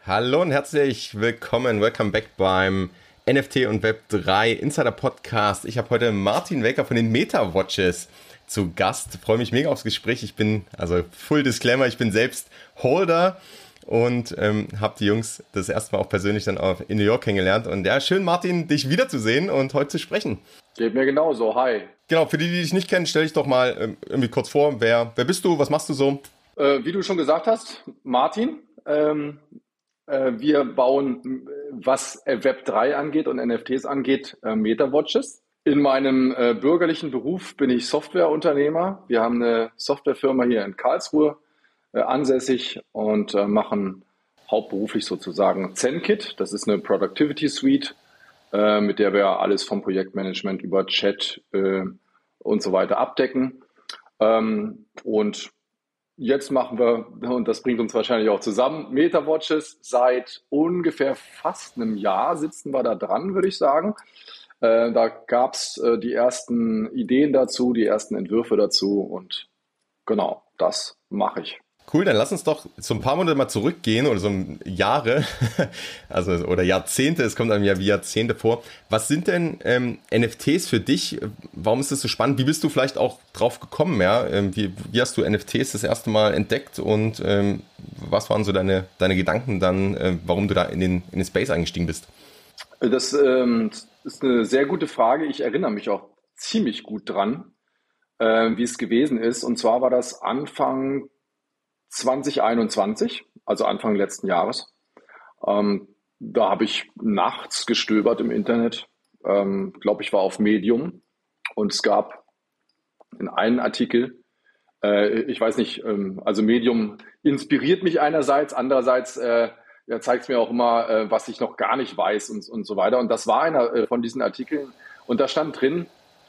Hallo und herzlich willkommen, welcome back beim NFT und Web3 Insider Podcast. Ich habe heute Martin Welker von den MetaWatches zu Gast. Freue mich mega aufs Gespräch. Ich bin, also Full Disclaimer, ich bin selbst Holder und habe die Jungs das erste Mal auch persönlich dann auch in New York kennengelernt. Und ja, schön Martin, dich wiederzusehen und heute zu sprechen. Geht mir genauso, hi. Genau, für die dich nicht kennen, stell dich doch mal irgendwie kurz vor. Wer bist du, was machst du so? Wie du schon gesagt hast, Martin, wir bauen, was Web3 angeht und NFTs angeht, MetaWatches. In meinem bürgerlichen Beruf bin ich Softwareunternehmer. Wir haben eine Softwarefirma hier in Karlsruhe ansässig und machen hauptberuflich sozusagen ZenKit. Das ist eine Productivity Suite, mit der wir alles vom Projektmanagement über Chat und so weiter abdecken. Und jetzt machen wir, und das bringt uns wahrscheinlich auch zusammen, MetaWatches. Seit ungefähr fast einem Jahr sitzen wir da dran, würde ich sagen. Da gab es die ersten Ideen dazu, die ersten Entwürfe dazu und genau, das mache ich. Cool, dann lass uns doch so ein paar Monate mal zurückgehen oder so Jahre, also oder Jahrzehnte, es kommt einem ja wie Jahrzehnte vor. Was sind denn NFTs für dich? Warum ist das so spannend? Wie bist du vielleicht auch drauf gekommen? Ja? Wie hast du NFTs das erste Mal entdeckt und was waren so deine Gedanken dann, warum du da in den Space eingestiegen bist? Das ist eine sehr gute Frage. Ich erinnere mich auch ziemlich gut dran, wie es gewesen ist. Und zwar war das Anfang 2021, also Anfang letzten Jahres. Da habe ich nachts gestöbert im Internet. Glaube ich, war auf Medium. Und es gab in einem Artikel, ich weiß nicht, also Medium inspiriert mich einerseits, andererseits zeigt es mir auch immer, was ich noch gar nicht weiß und so weiter. Und das war einer von diesen Artikeln. Und da stand drin,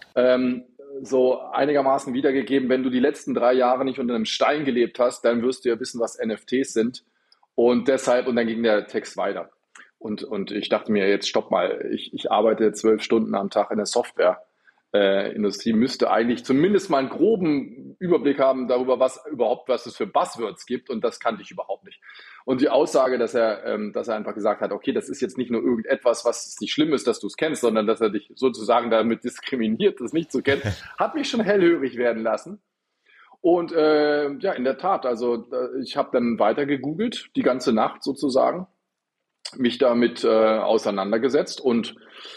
so einigermaßen wiedergegeben, wenn du die letzten 3 Jahre nicht unter einem Stein gelebt hast, dann wirst du ja wissen, was NFTs sind. Und deshalb, und dann ging der Text weiter. Und ich dachte mir, jetzt stopp mal, ich arbeite 12 Stunden am Tag in der Softwareindustrie, müsste eigentlich zumindest mal einen groben Überblick haben darüber, was es für Buzzwords gibt. Und das kannte ich überhaupt nicht. Und die Aussage, dass er einfach gesagt hat, okay, das ist jetzt nicht nur irgendetwas, was nicht schlimm ist, dass du es kennst, sondern dass er dich sozusagen damit diskriminiert, das nicht zu kennen, hat mich schon hellhörig werden lassen. Und ja, in der Tat, also ich habe dann weiter gegoogelt, die ganze Nacht sozusagen, mich damit auseinandergesetzt und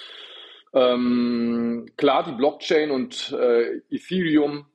klar, die Blockchain und Ethereum,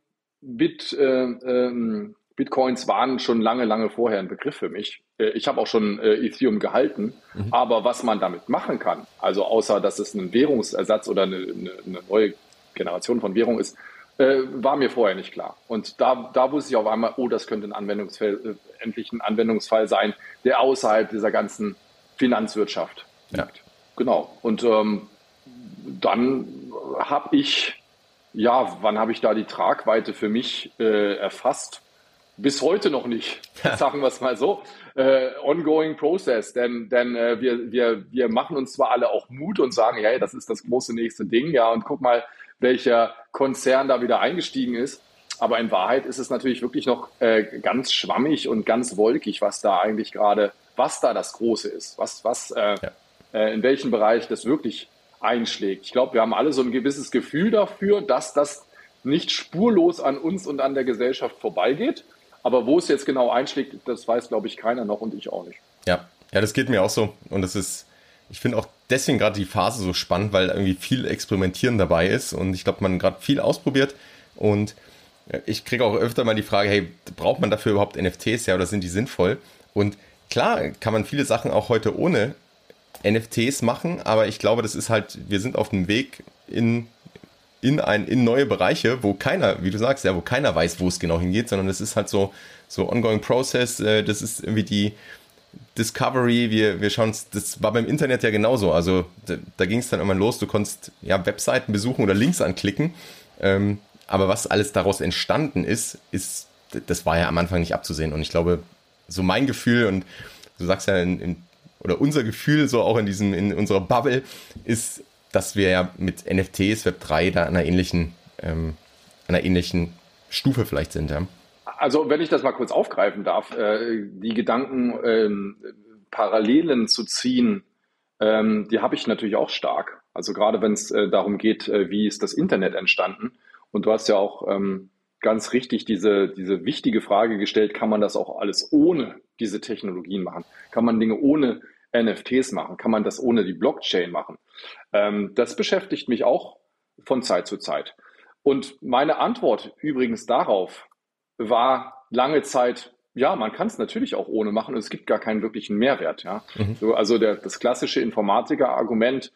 Bitcoins waren schon lange vorher ein Begriff für mich. Ich habe auch schon Ethereum gehalten, aber was man damit machen kann, also außer dass es ein Währungsersatz oder eine neue Generation von Währung ist, war mir vorher nicht klar. Und da wusste ich auf einmal, oh, das könnte endlich ein Anwendungsfall sein, der außerhalb dieser ganzen Finanzwirtschaft liegt. Ja. Genau. Und dann habe ich, wann habe ich da die Tragweite für mich erfasst? Bis heute noch nicht, sagen wir es mal so. Ongoing process, denn wir machen uns zwar alle auch Mut und sagen, ja, das ist das große nächste Ding, ja, und guck mal, welcher Konzern da wieder eingestiegen ist. Aber in Wahrheit ist es natürlich wirklich noch ganz schwammig und ganz wolkig, was da das Große ist, in welchem Bereich das wirklich einschlägt. Ich glaube, wir haben alle so ein gewisses Gefühl dafür, dass das nicht spurlos an uns und an der Gesellschaft vorbeigeht. Aber wo es jetzt genau einschlägt, das weiß, glaube ich, keiner noch und ich auch nicht. Ja, das geht mir auch so. Und ich finde auch deswegen gerade die Phase so spannend, weil irgendwie viel Experimentieren dabei ist. Und ich glaube, man gerade viel ausprobiert. Und ich kriege auch öfter mal die Frage, hey, braucht man dafür überhaupt NFTs, ja, oder sind die sinnvoll? Und klar kann man viele Sachen auch heute ohne NFTs machen, aber ich glaube, das ist halt, wir sind auf dem Weg in neue Bereiche, wo keiner, wie du sagst, ja, wo keiner weiß, wo es genau hingeht, sondern das ist halt so ongoing process, das ist irgendwie die Discovery, wir schauen uns, das war beim Internet ja genauso, also da ging es dann irgendwann los, du konntest ja Webseiten besuchen oder Links anklicken, aber was alles daraus entstanden ist, das war ja am Anfang nicht abzusehen und ich glaube, so mein Gefühl und du sagst ja oder unser Gefühl so auch in unserer Bubble ist, dass wir ja mit NFTs, Web3 da an einer ähnlichen Stufe vielleicht sind, ja. Also wenn ich das mal kurz aufgreifen darf, die Gedanken Parallelen zu ziehen, die habe ich natürlich auch stark. Also gerade wenn es darum geht, wie ist das Internet entstanden? Und du hast ja auch ganz richtig diese wichtige Frage gestellt, kann man das auch alles ohne diese Technologien machen? Kann man Dinge ohne NFTs machen? Kann man das ohne die Blockchain machen? Das beschäftigt mich auch von Zeit zu Zeit. Und meine Antwort übrigens darauf war lange Zeit, ja, man kann es natürlich auch ohne machen und es gibt gar keinen wirklichen Mehrwert. Ja? So, also das klassische Informatiker-Argument,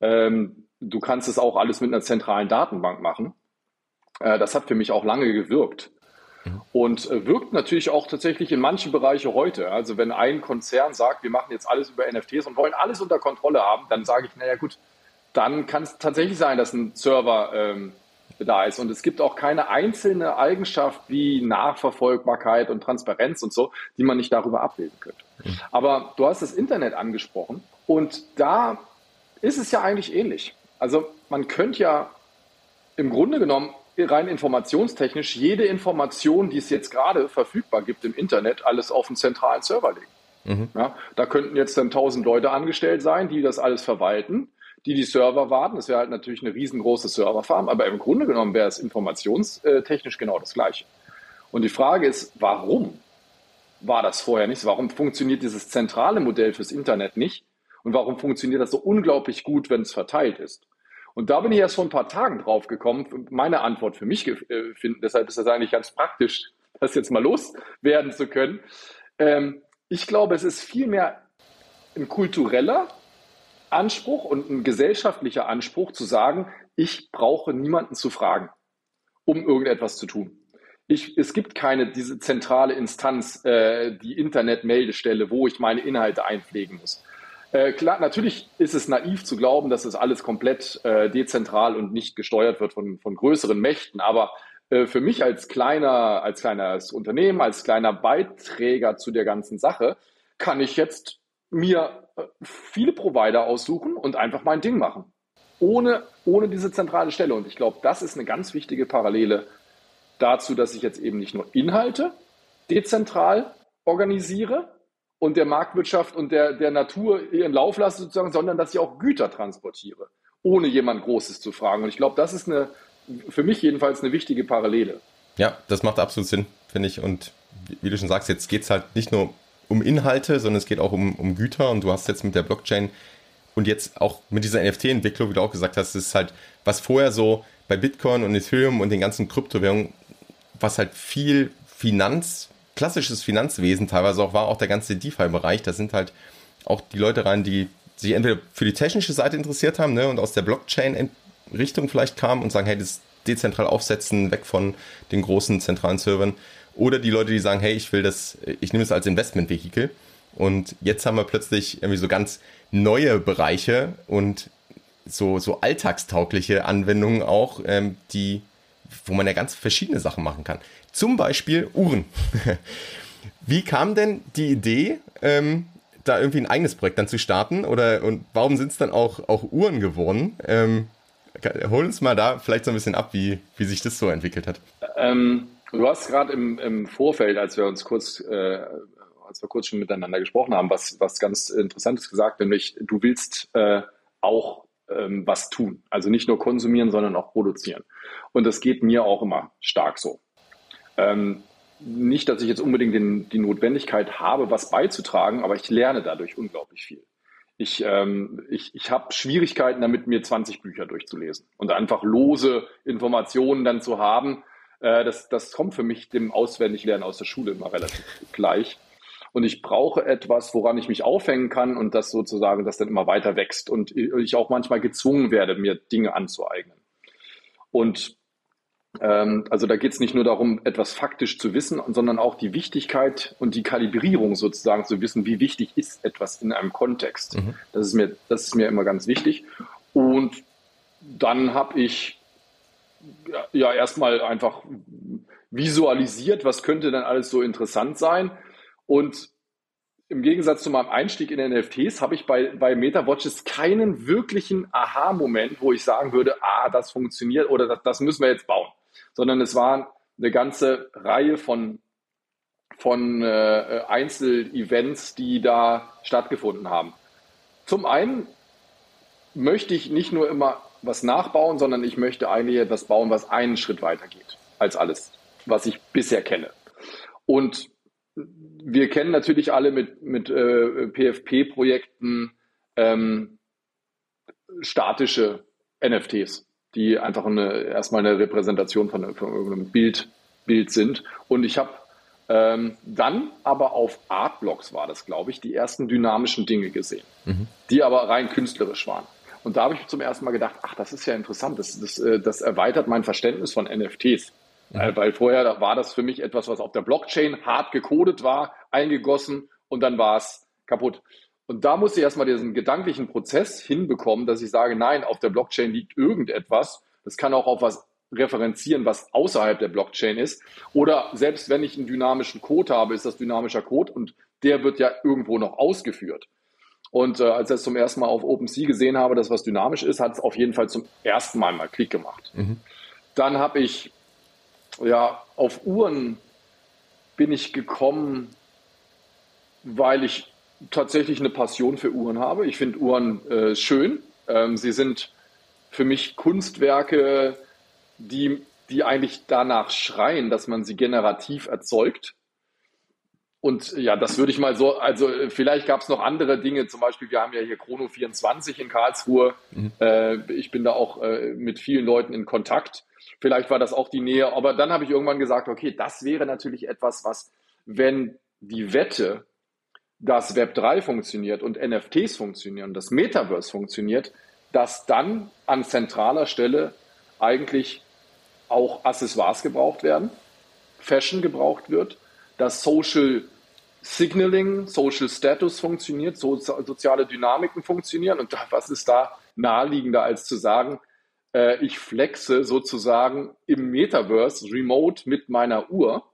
du kannst es auch alles mit einer zentralen Datenbank machen. Das hat für mich auch lange gewirkt. Und wirkt natürlich auch tatsächlich in manchen Bereichen heute. Also wenn ein Konzern sagt, wir machen jetzt alles über NFTs und wollen alles unter Kontrolle haben, dann sage ich, naja gut, dann kann es tatsächlich sein, dass ein Server da ist. Und es gibt auch keine einzelne Eigenschaft wie Nachverfolgbarkeit und Transparenz und so, die man nicht darüber abbilden könnte. Aber du hast das Internet angesprochen und da ist es ja eigentlich ähnlich. Also man könnte ja im Grunde genommen rein informationstechnisch jede Information, die es jetzt gerade verfügbar gibt im Internet, alles auf einen zentralen Server legen. Ja, da könnten jetzt dann 1000 Leute angestellt sein, die das alles verwalten, die Server warten. Das wäre halt natürlich eine riesengroße Serverfarm, aber im Grunde genommen wäre es informationstechnisch genau das Gleiche. Und die Frage ist, warum war das vorher nicht? Warum funktioniert dieses zentrale Modell fürs Internet nicht? Und warum funktioniert das so unglaublich gut, wenn es verteilt ist? Und da bin ich erst vor ein paar Tagen drauf gekommen, meine Antwort für mich finden. Deshalb ist das eigentlich ganz praktisch, das jetzt mal loswerden zu können. Ich glaube, es ist vielmehr ein kultureller Anspruch und ein gesellschaftlicher Anspruch zu sagen, ich brauche niemanden zu fragen, um irgendetwas zu tun. Es gibt diese zentrale Instanz, die Internetmeldestelle, wo ich meine Inhalte einpflegen muss. Klar, natürlich ist es naiv zu glauben, dass es alles komplett dezentral und nicht gesteuert wird von größeren Mächten. Aber für mich als kleines Unternehmen, als kleiner Beiträger zu der ganzen Sache, kann ich jetzt mir viele Provider aussuchen und einfach mein Ding machen. Ohne diese zentrale Stelle. Und ich glaube, das ist eine ganz wichtige Parallele dazu, dass ich jetzt eben nicht nur Inhalte dezentral organisiere und der Marktwirtschaft und der Natur ihren Lauf lasse sozusagen, sondern dass ich auch Güter transportiere, ohne jemand Großes zu fragen. Und ich glaube, das ist für mich jedenfalls eine wichtige Parallele. Ja, das macht absolut Sinn, finde ich. Und wie du schon sagst, jetzt geht es halt nicht nur um Inhalte, sondern es geht auch um Güter. Und du hast jetzt mit der Blockchain und jetzt auch mit dieser NFT-Entwicklung, wie du auch gesagt hast, ist halt, was vorher so bei Bitcoin und Ethereum und den ganzen Kryptowährungen, was halt viel klassisches Finanzwesen teilweise auch war, auch der ganze DeFi-Bereich, da sind halt auch die Leute rein, die sich entweder für die technische Seite interessiert haben, ne, und aus der Blockchain-Richtung vielleicht kamen und sagen, hey, das dezentral aufsetzen, weg von den großen zentralen Servern, oder die Leute, die sagen, hey, ich nehme es als Investmentvehikel. Und jetzt haben wir plötzlich irgendwie so ganz neue Bereiche und so alltagstaugliche Anwendungen auch, wo man ja ganz verschiedene Sachen machen kann. Zum Beispiel Uhren. Wie kam denn die Idee, da irgendwie ein eigenes Projekt dann zu starten? Und warum sind es dann auch Uhren geworden? Hol uns mal da vielleicht so ein bisschen ab, wie sich das so entwickelt hat. Du hast gerade im Vorfeld, als wir kurz schon miteinander gesprochen haben, was ganz Interessantes gesagt, nämlich du willst auch was tun. Also nicht nur konsumieren, sondern auch produzieren. Und das geht mir auch immer stark so. Nicht, dass ich jetzt unbedingt die Notwendigkeit habe, was beizutragen, aber ich lerne dadurch unglaublich viel. Ich habe Schwierigkeiten damit, mir 20 Bücher durchzulesen und einfach lose Informationen dann zu haben. Das kommt für mich dem Auswendiglernen aus der Schule immer relativ gleich. Und ich brauche etwas, woran ich mich aufhängen kann und das sozusagen, das dann immer weiter wächst und ich auch manchmal gezwungen werde, mir Dinge anzueignen. Und also da geht es nicht nur darum, etwas faktisch zu wissen, sondern auch die Wichtigkeit und die Kalibrierung sozusagen zu wissen, wie wichtig ist etwas in einem Kontext. Mhm. Das ist mir immer ganz wichtig. Und dann habe ich ja erstmal einfach visualisiert, was könnte denn alles so interessant sein. Und im Gegensatz zu meinem Einstieg in NFTs habe ich bei MetaWatches keinen wirklichen Aha-Moment, wo ich sagen würde, das funktioniert oder das müssen wir jetzt bauen. Sondern es war eine ganze Reihe von Einzelevents, die da stattgefunden haben. Zum einen möchte ich nicht nur immer was nachbauen, sondern ich möchte eigentlich etwas bauen, was einen Schritt weiter geht als alles, was ich bisher kenne. Und wir kennen natürlich alle mit PFP-Projekten statische NFTs, die einfach erstmal eine Repräsentation von irgendeinem Bild sind. Und ich habe dann aber auf Artblocks war das, glaube ich, die ersten dynamischen Dinge gesehen, die aber rein künstlerisch waren. Und da habe ich zum ersten Mal gedacht, ach, das ist ja interessant, das erweitert mein Verständnis von NFTs. Weil vorher war das für mich etwas, was auf der Blockchain hart gecodet war, eingegossen und dann war es kaputt. Und da musste ich erstmal diesen gedanklichen Prozess hinbekommen, dass ich sage, nein, auf der Blockchain liegt irgendetwas. Das kann auch auf was referenzieren, was außerhalb der Blockchain ist. Oder selbst wenn ich einen dynamischen Code habe, ist das dynamischer Code und der wird ja irgendwo noch ausgeführt. Und als ich das zum ersten Mal auf OpenSea gesehen habe, dass was dynamisch ist, hat es auf jeden Fall zum ersten Mal Klick gemacht. Dann habe ich, auf Uhren bin ich gekommen, weil ich tatsächlich eine Passion für Uhren habe. Ich finde Uhren schön. Sie sind für mich Kunstwerke, die eigentlich danach schreien, dass man sie generativ erzeugt. Und ja, das würde ich mal so, also vielleicht gab es noch andere Dinge, zum Beispiel, wir haben ja hier Chrono24 in Karlsruhe. Ich bin da auch mit vielen Leuten in Kontakt. Vielleicht war das auch die Nähe, aber dann habe ich irgendwann gesagt, okay, das wäre natürlich etwas, was, wenn die Wette, dass Web3 funktioniert und NFTs funktionieren, das Metaverse funktioniert, dass dann an zentraler Stelle eigentlich auch Accessoires gebraucht werden, Fashion gebraucht wird, dass Social Signaling, Social Status funktioniert, soziale Dynamiken funktionieren. Und was ist da naheliegender, als zu sagen, ich flexe sozusagen im Metaverse remote mit meiner Uhr,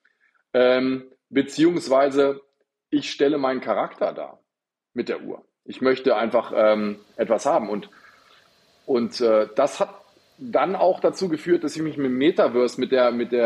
beziehungsweise ich stelle meinen Charakter dar mit der Uhr. Ich möchte einfach etwas haben. Und das hat dann auch dazu geführt, dass ich mich mit dem Metaverse, mit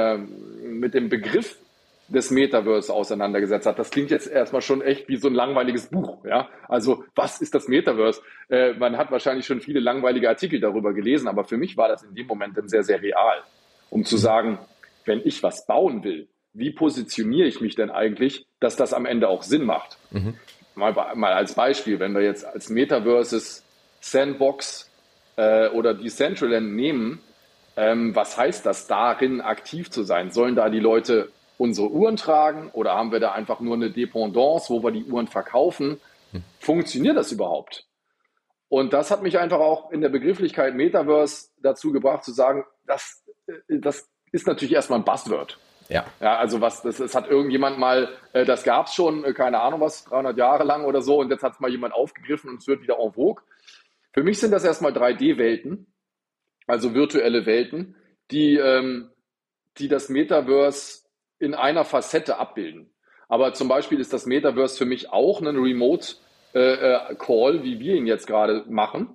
dem Begriff des Metaverse auseinandergesetzt habe. Das klingt jetzt erstmal schon echt wie so ein langweiliges Buch. Ja? Also was ist das Metaverse? Man hat wahrscheinlich schon viele langweilige Artikel darüber gelesen, aber für mich war das in dem Moment dann sehr, sehr real. Um zu sagen, wenn ich was bauen will, wie positioniere ich mich denn eigentlich, dass das am Ende auch Sinn macht? Mal als Beispiel, wenn wir jetzt als Metaverses Sandbox oder Decentraland nehmen, was heißt das, darin aktiv zu sein? Sollen da die Leute unsere Uhren tragen oder haben wir da einfach nur eine Dependance, wo wir die Uhren verkaufen? Funktioniert das überhaupt? Und das hat mich einfach auch in der Begrifflichkeit Metaverse dazu gebracht, zu sagen, das ist natürlich erstmal ein Buzzword. Ja, also das hat irgendjemand mal, das gab es schon, keine Ahnung was, 300 Jahre lang oder so, und jetzt hat es mal jemand aufgegriffen und es wird wieder en vogue. Für mich sind das erstmal 3D-Welten, also virtuelle Welten, die das Metaverse in einer Facette abbilden. Aber zum Beispiel ist das Metaverse für mich auch ein Remote-Call, wie wir ihn jetzt gerade machen.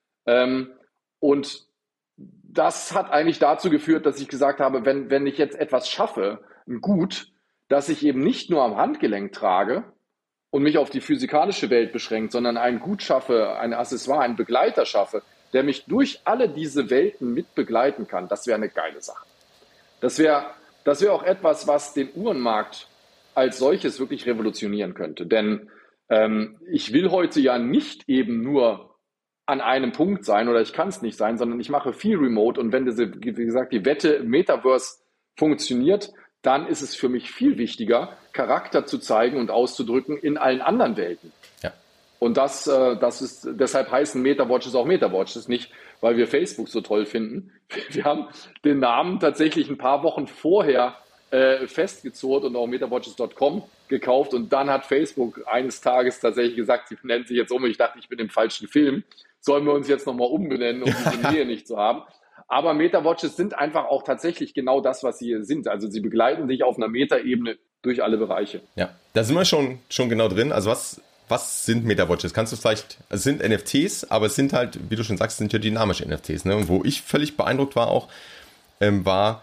Und das hat eigentlich dazu geführt, dass ich gesagt habe, wenn ich jetzt etwas schaffe, ein Gut, das ich eben nicht nur am Handgelenk trage und mich auf die physikalische Welt beschränkt, sondern ein Gut schaffe, ein Accessoire, einen Begleiter schaffe, der mich durch alle diese Welten mit begleiten kann, das wäre eine geile Sache. Das wäre auch etwas, was den Uhrenmarkt als solches wirklich revolutionieren könnte. Denn ich will heute ja nicht eben nur an einem Punkt sein oder ich kann es nicht sein, sondern ich mache viel Remote. Und wenn wie gesagt, die Wette im Metaverse funktioniert, dann ist es für mich viel wichtiger, Charakter zu zeigen und auszudrücken in allen anderen Welten. Ja. Und das ist, deshalb heißen Metawatches auch Metawatches, nicht weil wir Facebook so toll finden. Wir haben den Namen tatsächlich ein paar Wochen vorher festgezurrt und auch metawatches.com gekauft, und dann hat Facebook eines Tages tatsächlich gesagt, sie nennen sich jetzt um, und ich dachte, ich bin im falschen Film. Sollen wir uns jetzt nochmal umbenennen, um diese Nähe nicht zu haben? Aber Metawatches sind einfach auch tatsächlich genau das, was sie sind. Also sie begleiten dich auf einer Metaebene durch alle Bereiche. Ja, da sind wir schon genau drin. Also was sind Metawatches? Kannst du vielleicht, es sind NFTs, aber es sind halt, wie du schon sagst, sind ja dynamische NFTs. Ne? Und wo ich völlig beeindruckt war auch, war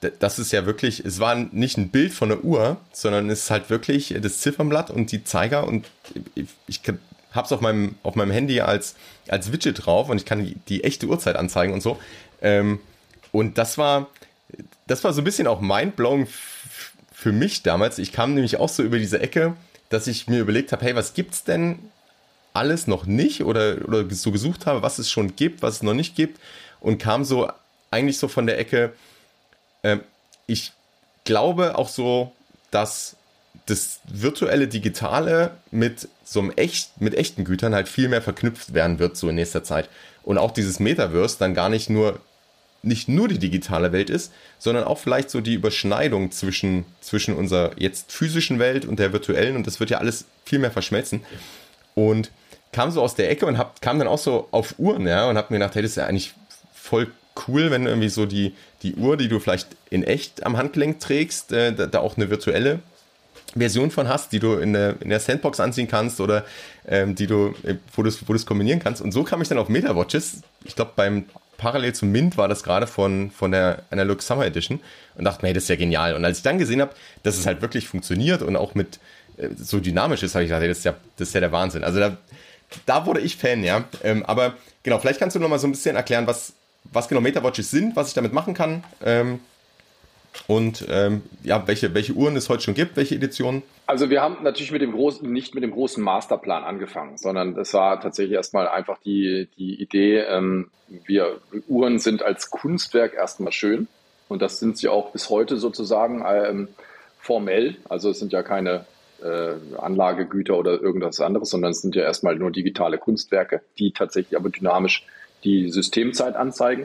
das ist ja wirklich, es war nicht ein Bild von der Uhr, sondern es ist halt wirklich das Ziffernblatt und die Zeiger und ich habe es auf meinem Handy als Widget drauf und ich kann die echte Uhrzeit anzeigen und so. Und das war so ein bisschen auch mindblowing für mich damals. Ich kam nämlich auch so über diese Ecke, dass ich mir überlegt habe, hey, was gibt's denn alles noch nicht oder so gesucht habe, was es schon gibt, was es noch nicht gibt und kam so eigentlich so von der Ecke, ich glaube auch so, dass das virtuelle Digitale mit mit echten Gütern halt viel mehr verknüpft werden wird so in nächster Zeit und auch dieses Metaverse dann gar nicht nur die digitale Welt ist, sondern auch vielleicht so die Überschneidung zwischen unserer jetzt physischen Welt und der virtuellen und das wird ja alles viel mehr verschmelzen und kam so aus der Ecke und kam dann auch so auf Uhren, ja, und hab mir gedacht, hey, das ist ja eigentlich voll cool, wenn du irgendwie so die Uhr, die du vielleicht in echt am Handgelenk trägst, da auch eine virtuelle Version von hast, die du in der Sandbox anziehen kannst oder wo du es kombinieren kannst. Und so kam ich dann auf Meta-Watches. Ich glaube, parallel zum Mint war das gerade von der Analog Summer Edition und dachte mir, hey, das ist ja genial. Und als ich dann gesehen habe, dass es halt wirklich funktioniert und auch mit so dynamisch ist, habe ich gedacht, hey, das ist ja der Wahnsinn. Also da wurde ich Fan, ja. Aber genau, vielleicht kannst du noch mal so ein bisschen erklären, was genau Meta-Watches sind, was ich damit machen kann. Und ja, welche Uhren es heute schon gibt, welche Editionen? Also wir haben natürlich nicht mit dem großen Masterplan angefangen, sondern es war tatsächlich erstmal einfach die Idee, Uhren sind als Kunstwerk erstmal schön und das sind sie auch bis heute sozusagen formell. Also es sind ja keine Anlagegüter oder irgendwas anderes, sondern es sind ja erstmal nur digitale Kunstwerke, die tatsächlich aber dynamisch die Systemzeit anzeigen.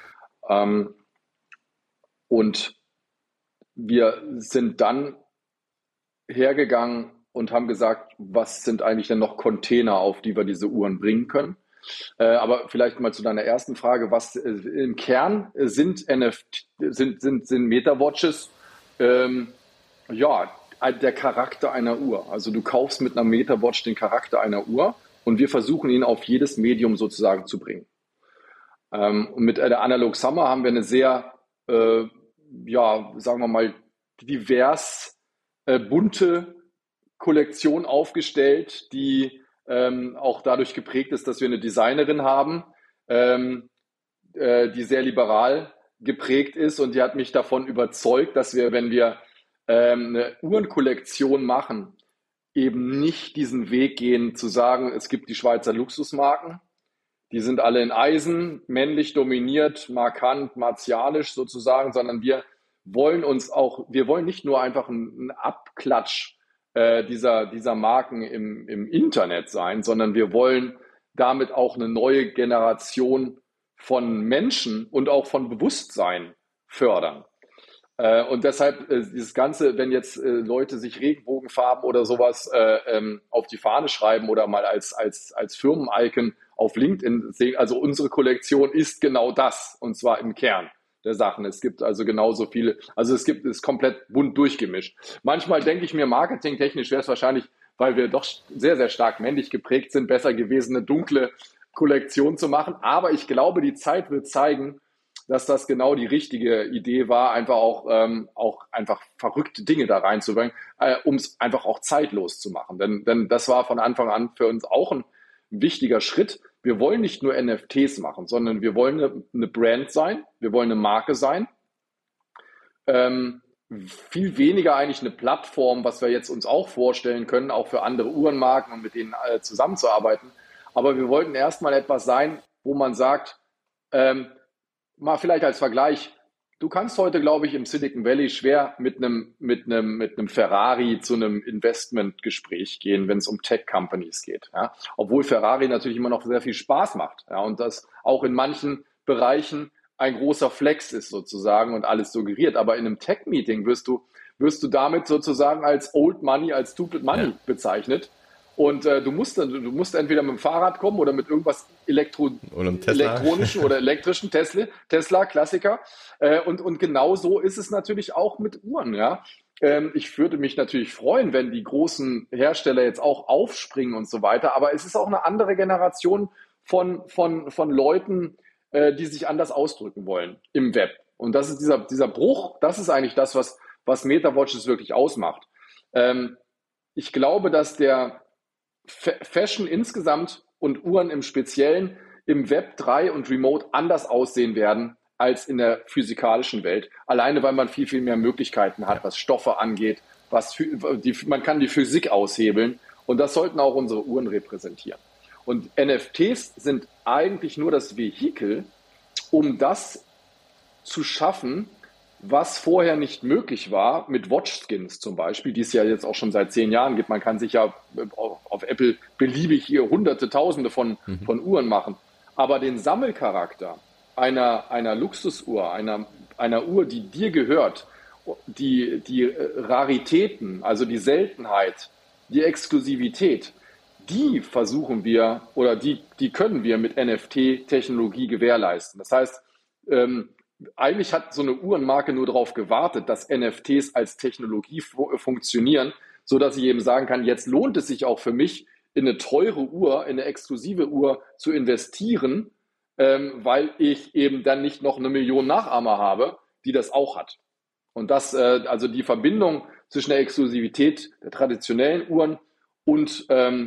Und wir sind dann hergegangen und haben gesagt, was sind eigentlich denn noch Container, auf die wir diese Uhren bringen können? Aber vielleicht mal zu deiner ersten Frage, was im Kern sind Meta-Watches, ja, der Charakter einer Uhr. Also du kaufst mit einer Meta-Watch den Charakter einer Uhr und wir versuchen ihn auf jedes Medium sozusagen zu bringen. Und mit der Analog Summer haben wir eine sehr, ja, sagen wir mal, divers bunte Kollektion aufgestellt, die auch dadurch geprägt ist, dass wir eine Designerin haben, die sehr liberal geprägt ist und die hat mich davon überzeugt, dass wir, wenn wir eine Uhrenkollektion machen, eben nicht diesen Weg gehen zu sagen, es gibt die Schweizer Luxusmarken, die sind alle in Eisen, männlich dominiert, markant, martialisch sozusagen, sondern wir wollen nicht nur einfach ein Abklatsch dieser Marken im Internet sein, sondern wir wollen damit auch eine neue Generation von Menschen und auch von Bewusstsein fördern. Und deshalb dieses Ganze, wenn jetzt Leute sich Regenbogenfarben oder sowas auf die Fahne schreiben oder mal als Firmen-Icon auf LinkedIn sehen, also unsere Kollektion ist genau das, und zwar im Kern der Sachen. Es gibt also genauso viele, also es ist komplett bunt durchgemischt. Manchmal denke ich mir, marketingtechnisch wäre es wahrscheinlich, weil wir doch sehr, sehr stark männlich geprägt sind, besser gewesen, eine dunkle Kollektion zu machen. Aber ich glaube, die Zeit wird zeigen, dass das genau die richtige Idee war, einfach auch einfach verrückte Dinge da reinzubringen, um es einfach auch zeitlos zu machen. Denn das war von Anfang an für uns auch ein wichtiger Schritt. Wir wollen nicht nur NFTs machen, sondern wir wollen eine Brand sein, wir wollen eine Marke sein. Viel weniger eigentlich eine Plattform, was wir jetzt uns auch vorstellen können, auch für andere Uhrenmarken und mit denen zusammenzuarbeiten. Aber wir wollten erstmal etwas sein, wo man sagt, mal vielleicht als Vergleich, du kannst heute, glaube ich, im Silicon Valley schwer mit einem Ferrari zu einem Investmentgespräch gehen, wenn es um Tech-Companies geht. Ja? Obwohl Ferrari natürlich immer noch sehr viel Spaß macht, ja? Und das auch in manchen Bereichen ein großer Flex ist sozusagen und alles suggeriert. Aber in einem Tech-Meeting wirst du damit sozusagen als Old Money, als Stupid Money bezeichnet. Und du musst entweder mit dem Fahrrad kommen oder mit irgendwas elektronischen oder elektrischen, Tesla, Klassiker. Und genau so ist es natürlich auch mit Uhren. Ja? Ich würde mich natürlich freuen, wenn die großen Hersteller jetzt auch aufspringen und so weiter. Aber es ist auch eine andere Generation von Leuten, die sich anders ausdrücken wollen im Web. Und das ist dieser Bruch, das ist eigentlich das, was MetaWatches wirklich ausmacht. Ich glaube, dass der Fashion insgesamt und Uhren im Speziellen im Web 3 und Remote anders aussehen werden als in der physikalischen Welt. Alleine, weil man viel, viel mehr Möglichkeiten hat, was Stoffe angeht, man kann die Physik aushebeln und das sollten auch unsere Uhren repräsentieren. Und NFTs sind eigentlich nur das Vehikel, um das zu schaffen, was vorher nicht möglich war, mit Watchskins zum Beispiel, die es ja jetzt auch schon seit 10 Jahren gibt. Man kann sich ja auf Apple beliebig hier Hunderte, Tausende von Uhren machen. Aber den Sammelcharakter einer Luxusuhr, einer Uhr, die dir gehört, die Raritäten, also die Seltenheit, die Exklusivität, die versuchen wir oder die können wir mit NFT-Technologie gewährleisten. Das heißt, eigentlich hat so eine Uhrenmarke nur darauf gewartet, dass NFTs als Technologie funktionieren, sodass ich eben sagen kann, jetzt lohnt es sich auch für mich, in eine teure Uhr, in eine exklusive Uhr zu investieren, weil ich eben dann nicht noch 1 Million Nachahmer habe, die das auch hat. Und das, also die Verbindung zwischen der Exklusivität der traditionellen Uhren und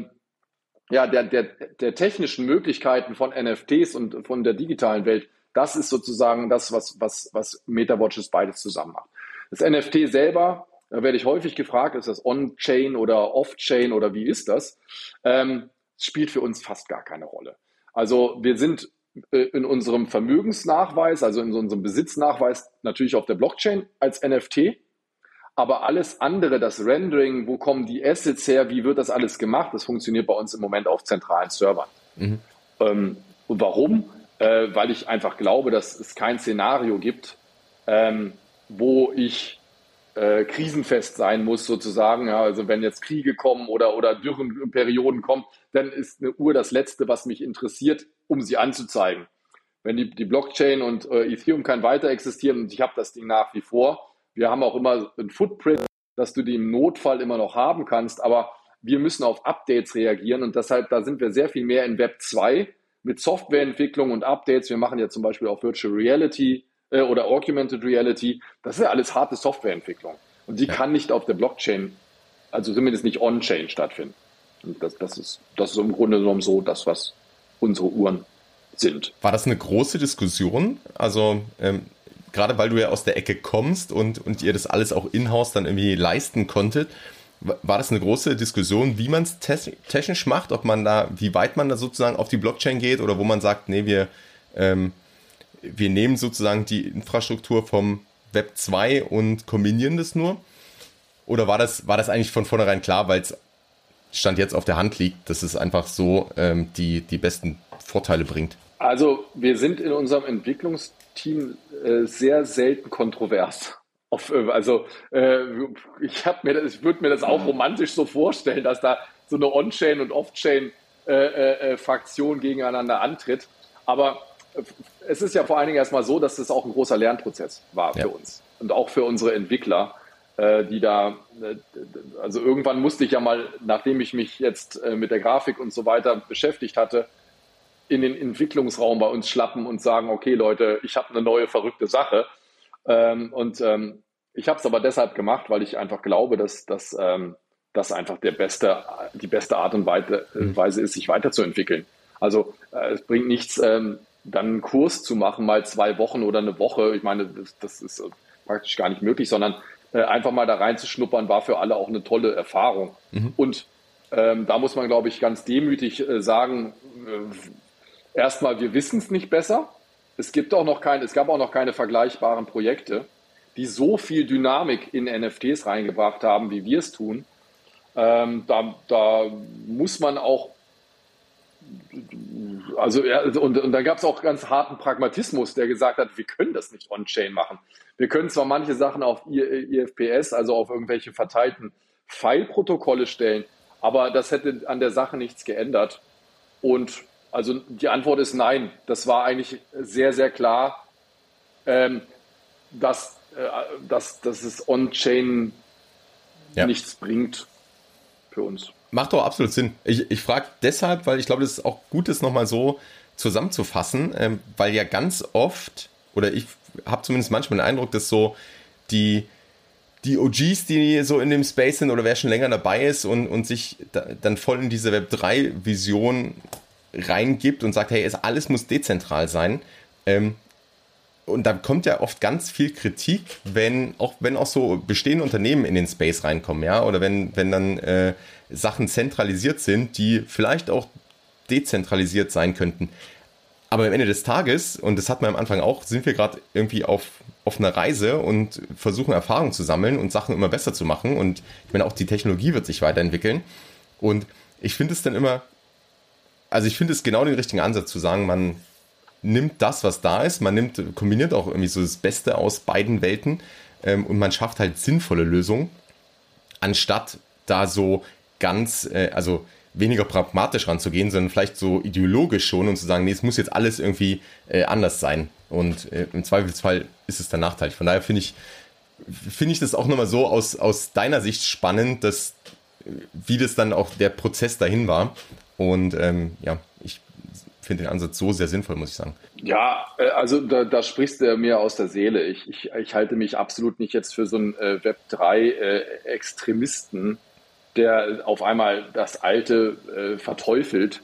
der technischen Möglichkeiten von NFTs und von der digitalen Welt, das ist sozusagen das, was MetaWatches beides zusammen macht. Das NFT selber, da werde ich häufig gefragt, ist das On-Chain oder Off-Chain oder wie ist das? Spielt für uns fast gar keine Rolle. Also wir sind in unserem Vermögensnachweis, also in unserem Besitznachweis natürlich auf der Blockchain als NFT, aber alles andere, das Rendering, wo kommen die Assets her, wie wird das alles gemacht, das funktioniert bei uns im Moment auf zentralen Servern. Und warum? Weil ich einfach glaube, dass es kein Szenario gibt, wo ich krisenfest sein muss sozusagen. Ja, also wenn jetzt Kriege kommen oder Dürrenperioden kommen, dann ist eine Uhr das Letzte, was mich interessiert, um sie anzuzeigen. Wenn die Blockchain und Ethereum kann weiter existieren und ich habe das Ding nach wie vor, wir haben auch immer ein Footprint, dass du die im Notfall immer noch haben kannst, aber wir müssen auf Updates reagieren und deshalb, da sind wir sehr viel mehr in Web 2 mit Softwareentwicklung und Updates. Wir machen ja zum Beispiel auch Virtual Reality oder Augmented Reality. Das ist ja alles harte Softwareentwicklung und die kann nicht auf der Blockchain, also zumindest nicht on-chain stattfinden. Und das ist im Grunde genommen so das, was unsere Uhren sind. War das eine große Diskussion? Also gerade weil du ja aus der Ecke kommst und ihr das alles auch in-house dann irgendwie leisten konntet, war das eine große Diskussion, wie man es technisch macht, wie weit man da sozusagen auf die Blockchain geht oder wo man sagt, nee, wir nehmen sozusagen die Infrastruktur vom Web 2 und kombinieren das nur? Oder war das eigentlich von vornherein klar, weil es Stand jetzt auf der Hand liegt, dass es einfach so die besten Vorteile bringt? Also wir sind in unserem Entwicklungsteam sehr selten kontrovers. Ich würde mir das auch romantisch so vorstellen, dass da so eine On-Chain und Off-Chain Fraktion gegeneinander antritt. Aber es ist ja vor allen Dingen erstmal so, dass es auch ein großer Lernprozess war für uns und auch für unsere Entwickler, die da, also irgendwann musste ich ja mal, nachdem ich mich jetzt mit der Grafik und so weiter beschäftigt hatte, in den Entwicklungsraum bei uns schlappen und sagen, okay Leute, ich habe eine neue verrückte Sache. Ich habe es aber deshalb gemacht, weil ich einfach glaube, dass das einfach die beste Art und Weise ist, sich weiterzuentwickeln. Also es bringt nichts, dann einen Kurs zu machen, mal 2 Wochen oder eine Woche. Ich meine, das ist praktisch gar nicht möglich, sondern einfach mal da reinzuschnuppern, war für alle auch eine tolle Erfahrung. Und da muss man, glaube ich, ganz demütig sagen, erstmal, wir wissen es nicht besser. Es gab auch noch keine vergleichbaren Projekte, die so viel Dynamik in NFTs reingebracht haben, wie wir es tun. Da muss man auch, und da gab es auch ganz harten Pragmatismus, der gesagt hat, wir können das nicht on-chain machen. Wir können zwar manche Sachen auf IFPS, also auf irgendwelche verteilten File-Protokolle stellen, aber das hätte an der Sache nichts geändert. Und also die Antwort ist nein. Das war eigentlich sehr, sehr klar, dass es on-chain nichts bringt für uns. Macht doch absolut Sinn. Ich frage deshalb, weil ich glaube, das ist auch gut, das nochmal so zusammenzufassen, weil ja ganz oft, oder ich habe zumindest manchmal den Eindruck, dass so die OGs, die so in dem Space sind oder wer schon länger dabei ist und sich dann voll in diese Web3-Vision reingibt und sagt, hey, alles muss dezentral sein. Und da kommt ja oft ganz viel Kritik, wenn auch so bestehende Unternehmen in den Space reinkommen, ja, oder wenn dann Sachen zentralisiert sind, die vielleicht auch dezentralisiert sein könnten. Aber am Ende des Tages, und das hat man am Anfang auch, sind wir gerade irgendwie auf einer Reise und versuchen Erfahrung zu sammeln und Sachen immer besser zu machen. Und ich meine, auch die Technologie wird sich weiterentwickeln. Und ich finde es dann immer, also ich finde es genau den richtigen Ansatz zu sagen, man nimmt das, was da ist, kombiniert auch irgendwie so das Beste aus beiden Welten und man schafft halt sinnvolle Lösungen, anstatt da so ganz, also weniger pragmatisch ranzugehen, sondern vielleicht so ideologisch schon und zu sagen, nee, es muss jetzt alles irgendwie anders sein. Und im Zweifelsfall ist es der Nachteil. Von daher finde ich das auch nochmal so aus deiner Sicht spannend, wie das dann auch der Prozess dahin war. Und ich finde den Ansatz so sehr sinnvoll, muss ich sagen. Ja, also da sprichst du mir aus der Seele. Ich halte mich absolut nicht jetzt für so einen Web3-Extremisten, der auf einmal das Alte verteufelt.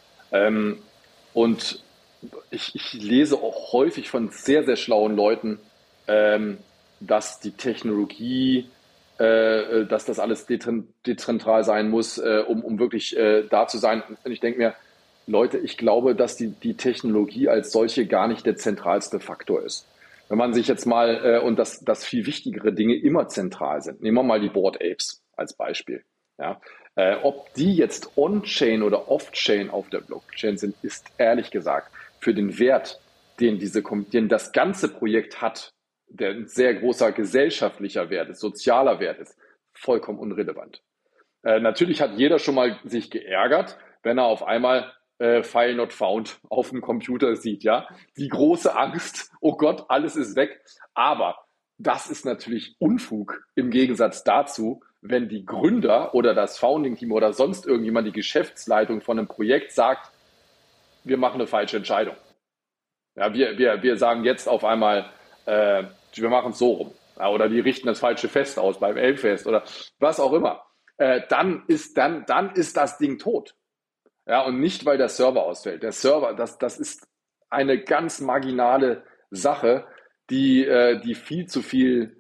Und ich lese auch häufig von sehr, sehr schlauen Leuten, dass die Technologie, dass das alles dezentral sein muss, um wirklich da zu sein. Und ich denke mir, Leute, ich glaube, dass die Technologie als solche gar nicht der zentralste Faktor ist. Wenn man sich jetzt mal, und dass viel wichtigere Dinge immer zentral sind. Nehmen wir mal die Bored Apes als Beispiel. Ja. Ob die jetzt on-chain oder off-chain auf der Blockchain sind, ist ehrlich gesagt für den Wert, den das ganze Projekt hat, der ein sehr großer gesellschaftlicher Wert ist, sozialer Wert ist, vollkommen unrelevant. Natürlich hat jeder schon mal sich geärgert, wenn er auf einmal File not found auf dem Computer sieht, ja. Die große Angst, oh Gott, alles ist weg. Aber das ist natürlich Unfug im Gegensatz dazu, wenn die Gründer oder das Founding-Team oder sonst irgendjemand, die Geschäftsleitung von einem Projekt sagt, wir machen eine falsche Entscheidung. Ja, wir sagen jetzt auf einmal, wir machen es so rum. Ja, oder die richten das falsche Fest aus beim Elbfest oder was auch immer. Dann ist das Ding tot. Ja, und nicht, weil der Server ausfällt. Der Server, das ist eine ganz marginale Sache, die viel zu viel,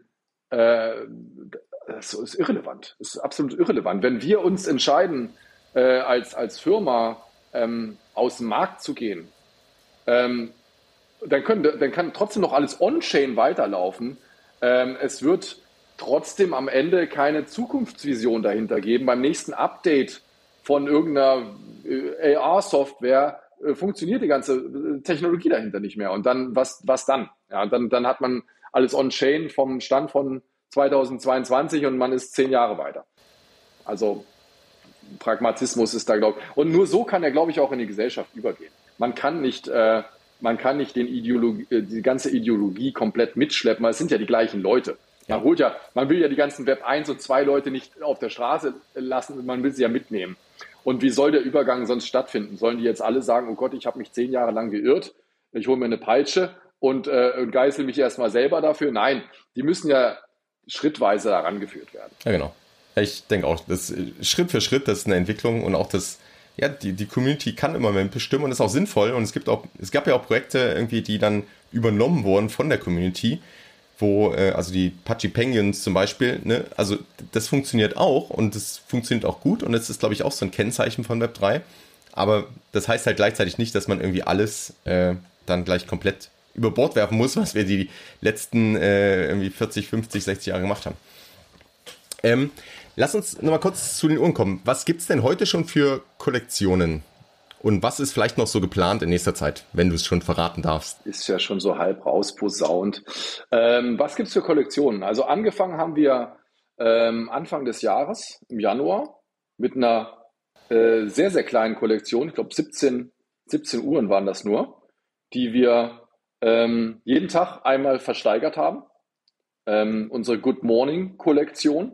das ist irrelevant. Das ist absolut irrelevant. Wenn wir uns entscheiden, als Firma aus dem Markt zu gehen, dann kann trotzdem noch alles on-chain weiterlaufen. Es wird trotzdem am Ende keine Zukunftsvision dahinter geben. Beim nächsten Update von irgendeiner AR-Software funktioniert die ganze Technologie dahinter nicht mehr. Und dann, was dann? Ja, dann hat man alles on-chain vom Stand von 2022 und man ist 10 Jahre weiter. Also Pragmatismus ist da, glaube ich. Und nur so kann er, glaube ich, auch in die Gesellschaft übergehen. Man kann nicht die ganze Ideologie komplett mitschleppen, weil es sind ja die gleichen Leute. Man will ja die ganzen Web 1 und 2 Leute nicht auf der Straße lassen, man will sie ja mitnehmen. Und wie soll der Übergang sonst stattfinden? Sollen die jetzt alle sagen, oh Gott, ich habe mich 10 Jahre lang geirrt, ich hole mir eine Peitsche und geißel mich erstmal selber dafür? Nein, die müssen ja schrittweise herangeführt werden. Ja, genau. Ich denke auch, das Schritt für Schritt, das ist eine Entwicklung und auch die Community kann immer mehr bestimmen und ist auch sinnvoll. Und es gab ja auch Projekte irgendwie, die dann übernommen wurden von der Community, wo, also die Pudgy Penguins zum Beispiel, ne, also das funktioniert auch und das funktioniert auch gut und das ist, glaube ich, auch so ein Kennzeichen von Web3. Aber das heißt halt gleichzeitig nicht, dass man irgendwie alles dann gleich komplett über Bord werfen muss, was wir die letzten irgendwie 40, 50, 60 Jahre gemacht haben. Lass uns nochmal kurz zu den Uhren kommen. Was gibt's denn heute schon für Kollektionen? Und was ist vielleicht noch so geplant in nächster Zeit, wenn du es schon verraten darfst? Ist ja schon so halb rausposaunt. Was gibt's für Kollektionen? Also angefangen haben wir Anfang des Jahres, im Januar, mit einer sehr, sehr kleinen Kollektion. Ich glaube 17 Uhren waren das nur, die wir jeden Tag einmal versteigert haben. Unsere Good Morning Kollektion.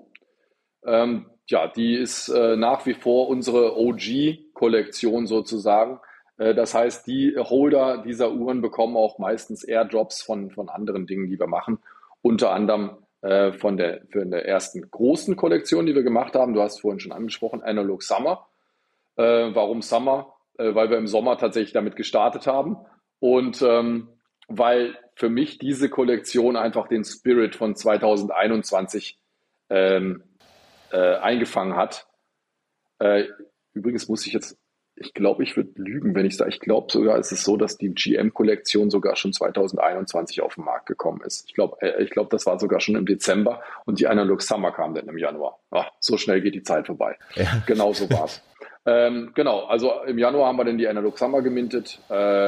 Die ist nach wie vor unsere OG-Kollektion sozusagen. Das heißt, die Holder dieser Uhren bekommen auch meistens Airdrops von anderen Dingen, die wir machen. Unter anderem von der ersten großen Kollektion, die wir gemacht haben. Du hast vorhin schon angesprochen, Analog Summer. Warum Summer? Weil wir im Sommer tatsächlich damit gestartet haben und weil für mich diese Kollektion einfach den Spirit von 2021 eingefangen hat. Übrigens muss ich jetzt, ich glaube, ich würde lügen, wenn ich sage, ich glaube sogar, es ist so, dass die GM-Kollektion sogar schon 2021 auf den Markt gekommen ist. Ich glaube, das war sogar schon im Dezember und die Analog Summer kam dann im Januar. Ach, so schnell geht die Zeit vorbei. Ja. Genau so war's. Genau, also im Januar haben wir dann die Analog Summer gemintet,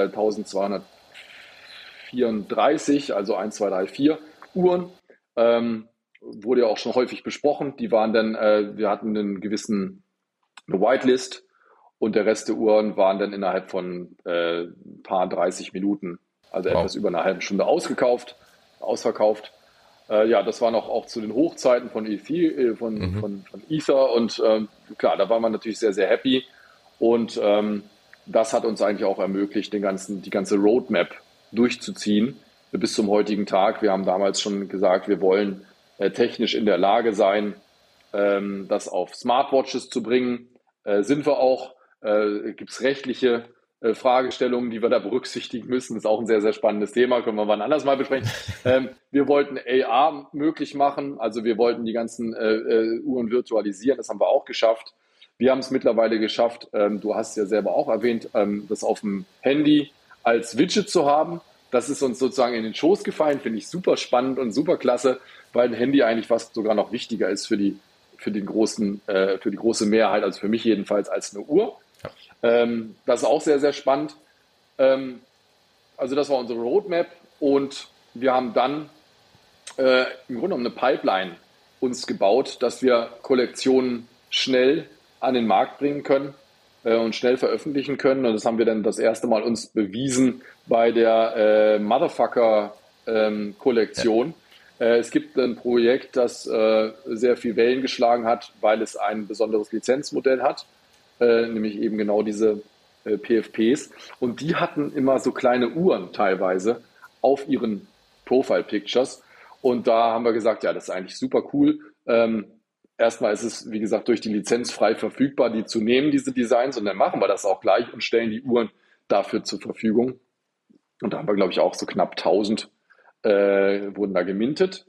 1234, also 1, 2, 3, 4 Uhren. Wurde ja auch schon häufig besprochen. Die waren dann, wir hatten eine Whitelist und der Rest der Uhren waren dann innerhalb von paar 30 Minuten, also etwas über eine halbe Stunde ausverkauft. Ja, das war noch auch zu den Hochzeiten von Ether und klar, da war man natürlich sehr, sehr happy und das hat uns eigentlich auch ermöglicht, die ganze Roadmap durchzuziehen bis zum heutigen Tag. Wir haben damals schon gesagt, wir wollen technisch in der Lage sein, das auf Smartwatches zu bringen. Sind wir auch. Gibt es rechtliche Fragestellungen, die wir da berücksichtigen müssen. Das ist auch ein sehr, sehr spannendes Thema, können wir wann anders mal besprechen. Wir wollten AR möglich machen, also wir wollten die ganzen Uhren virtualisieren, das haben wir auch geschafft. Wir haben es mittlerweile geschafft, du hast es ja selber auch erwähnt, das auf dem Handy als Widget zu haben. Das ist uns sozusagen in den Schoß gefallen, finde ich super spannend und super klasse, weil ein Handy eigentlich fast sogar noch wichtiger ist für die große Mehrheit, also für mich jedenfalls, als eine Uhr. Das ist auch sehr, sehr spannend. Also das war unsere Roadmap und wir haben dann im Grunde genommen eine Pipeline uns gebaut, dass wir Kollektionen schnell an den Markt bringen können und schnell veröffentlichen können. Und das haben wir dann das erste Mal uns bewiesen bei der Motherfucker-Kollektion. Es gibt ein Projekt, das sehr viel Wellen geschlagen hat, weil es ein besonderes Lizenzmodell hat. Nämlich eben genau diese PFPs. Und die hatten immer so kleine Uhren teilweise auf ihren Profile-Pictures. Und da haben wir gesagt, ja, das ist eigentlich super cool. Erstmal ist es, wie gesagt, durch die Lizenz frei verfügbar, die zu nehmen, diese Designs. Und dann machen wir das auch gleich und stellen die Uhren dafür zur Verfügung. Und da haben wir, glaube ich, auch so knapp 1000 wurden da gemintet.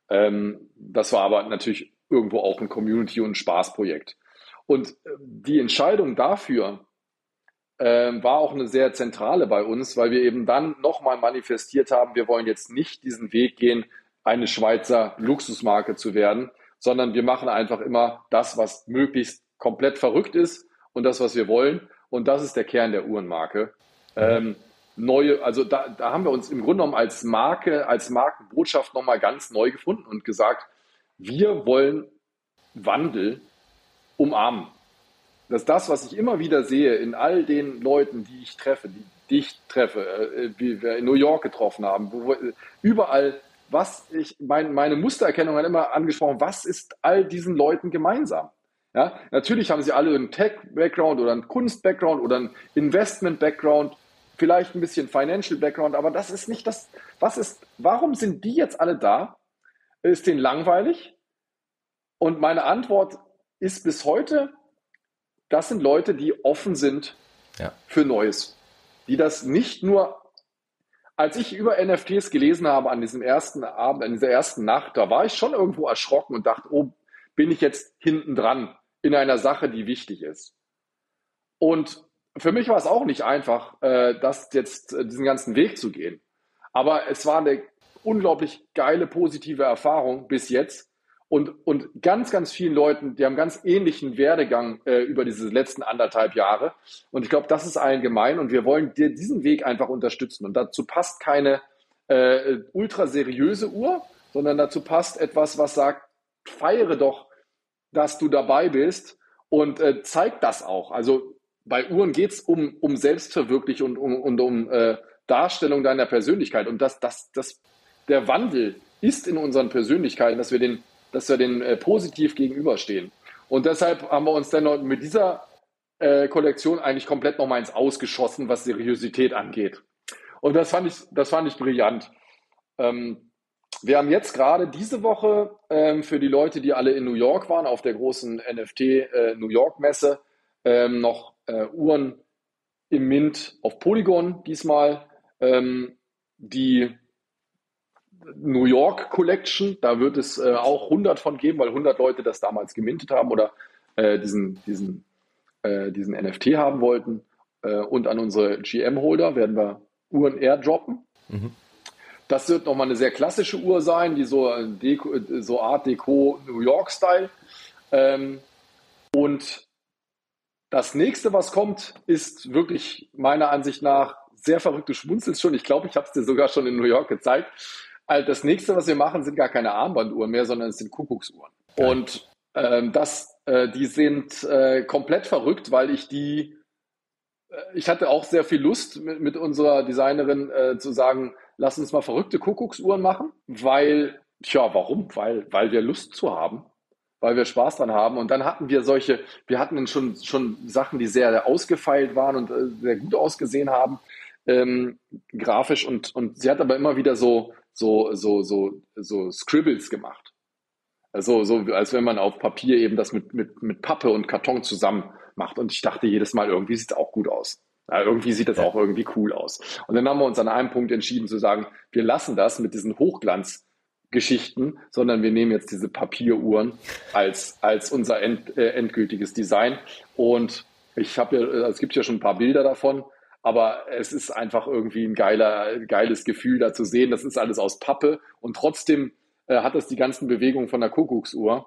Das war aber natürlich irgendwo auch ein Community- und ein Spaßprojekt. Und die Entscheidung dafür war auch eine sehr zentrale bei uns, weil wir eben dann nochmal manifestiert haben, wir wollen jetzt nicht diesen Weg gehen, eine Schweizer Luxusmarke zu werden, sondern wir machen einfach immer das, was möglichst komplett verrückt ist und das, was wir wollen. Und das ist der Kern der Uhrenmarke. Also da haben wir uns im Grunde genommen als Markenbotschaft nochmal ganz neu gefunden und gesagt, wir wollen Wandel umarmen. Das ist das, was ich immer wieder sehe in all den Leuten, die ich treffe, die dich treffe, wie wir in New York getroffen haben, überall, meine Mustererkennung hat immer angesprochen, was ist all diesen Leuten gemeinsam? Ja, natürlich haben sie alle einen Tech-Background oder einen Kunst-Background oder einen Investment-Background, vielleicht ein bisschen Financial-Background, aber das ist nicht das, warum sind die jetzt alle da? Ist denen langweilig? Und meine Antwort ist bis heute, das sind Leute, die offen sind für Neues. Die das nicht nur, als ich über NFTs gelesen habe an diesem ersten Abend, an dieser ersten Nacht, da war ich schon irgendwo erschrocken und dachte, oh, bin ich jetzt hinten dran in einer Sache, die wichtig ist. Und für mich war es auch nicht einfach, diesen ganzen Weg zu gehen. Aber es war eine unglaublich geile, positive Erfahrung bis jetzt. Und ganz, ganz vielen Leuten, die haben ganz ähnlichen Werdegang über diese letzten 1,5 Jahre. Und ich glaube, das ist allen gemein. Und wir wollen diesen Weg einfach unterstützen. Und dazu passt keine ultra seriöse Uhr, sondern dazu passt etwas, was sagt, feiere doch, dass du dabei bist und zeig das auch. Also bei Uhren geht es um Selbstverwirklichung und um Darstellung deiner Persönlichkeit. Und der Wandel ist in unseren Persönlichkeiten, dass wir den positiv gegenüberstehen. Und deshalb haben wir uns dann mit dieser Kollektion eigentlich komplett nochmal ins Ausgeschossen, was Seriosität angeht. Und das fand ich brillant. Wir haben jetzt gerade diese Woche für die Leute, die alle in New York waren, auf der großen NFT New York Messe, noch Uhren im Mint auf Polygon diesmal. Die New York Collection, da wird es auch 100 von geben, weil 100 Leute das damals gemintet haben oder diesen NFT haben wollten. Und an unsere GM-Holder werden wir Uhren airdroppen. Mhm. Das wird nochmal eine sehr klassische Uhr sein, die so Art Deco New York-Style. Und das nächste, was kommt, ist wirklich meiner Ansicht nach sehr verrückt. Du schmunzelst schon. Ich glaube, ich habe es dir sogar schon in New York gezeigt. Also das nächste, was wir machen, sind gar keine Armbanduhren mehr, sondern es sind Kuckucksuhren. Okay. Und die sind komplett verrückt, weil ich hatte auch sehr viel Lust mit unserer Designerin zu sagen, lass uns mal verrückte Kuckucksuhren machen, warum? Weil wir Lust zu haben, weil wir Spaß dran haben. Und dann hatten wir hatten schon Sachen, die sehr ausgefeilt waren und sehr gut ausgesehen haben, grafisch. Und sie hat aber immer wieder so Scribbles gemacht. Also so als wenn man auf Papier eben das mit Pappe und Karton zusammen macht. Und ich dachte jedes Mal, irgendwie sieht es auch gut aus. Ja, irgendwie sieht das auch irgendwie cool aus. Und dann haben wir uns an einem Punkt entschieden zu sagen, wir lassen das mit diesen Hochglanzgeschichten, sondern wir nehmen jetzt diese Papieruhren als unser endgültiges Design. Und es gibt ja schon ein paar Bilder davon, aber es ist einfach irgendwie ein geiles Gefühl, da zu sehen. Das ist alles aus Pappe und trotzdem hat das die ganzen Bewegungen von der Kuckucksuhr.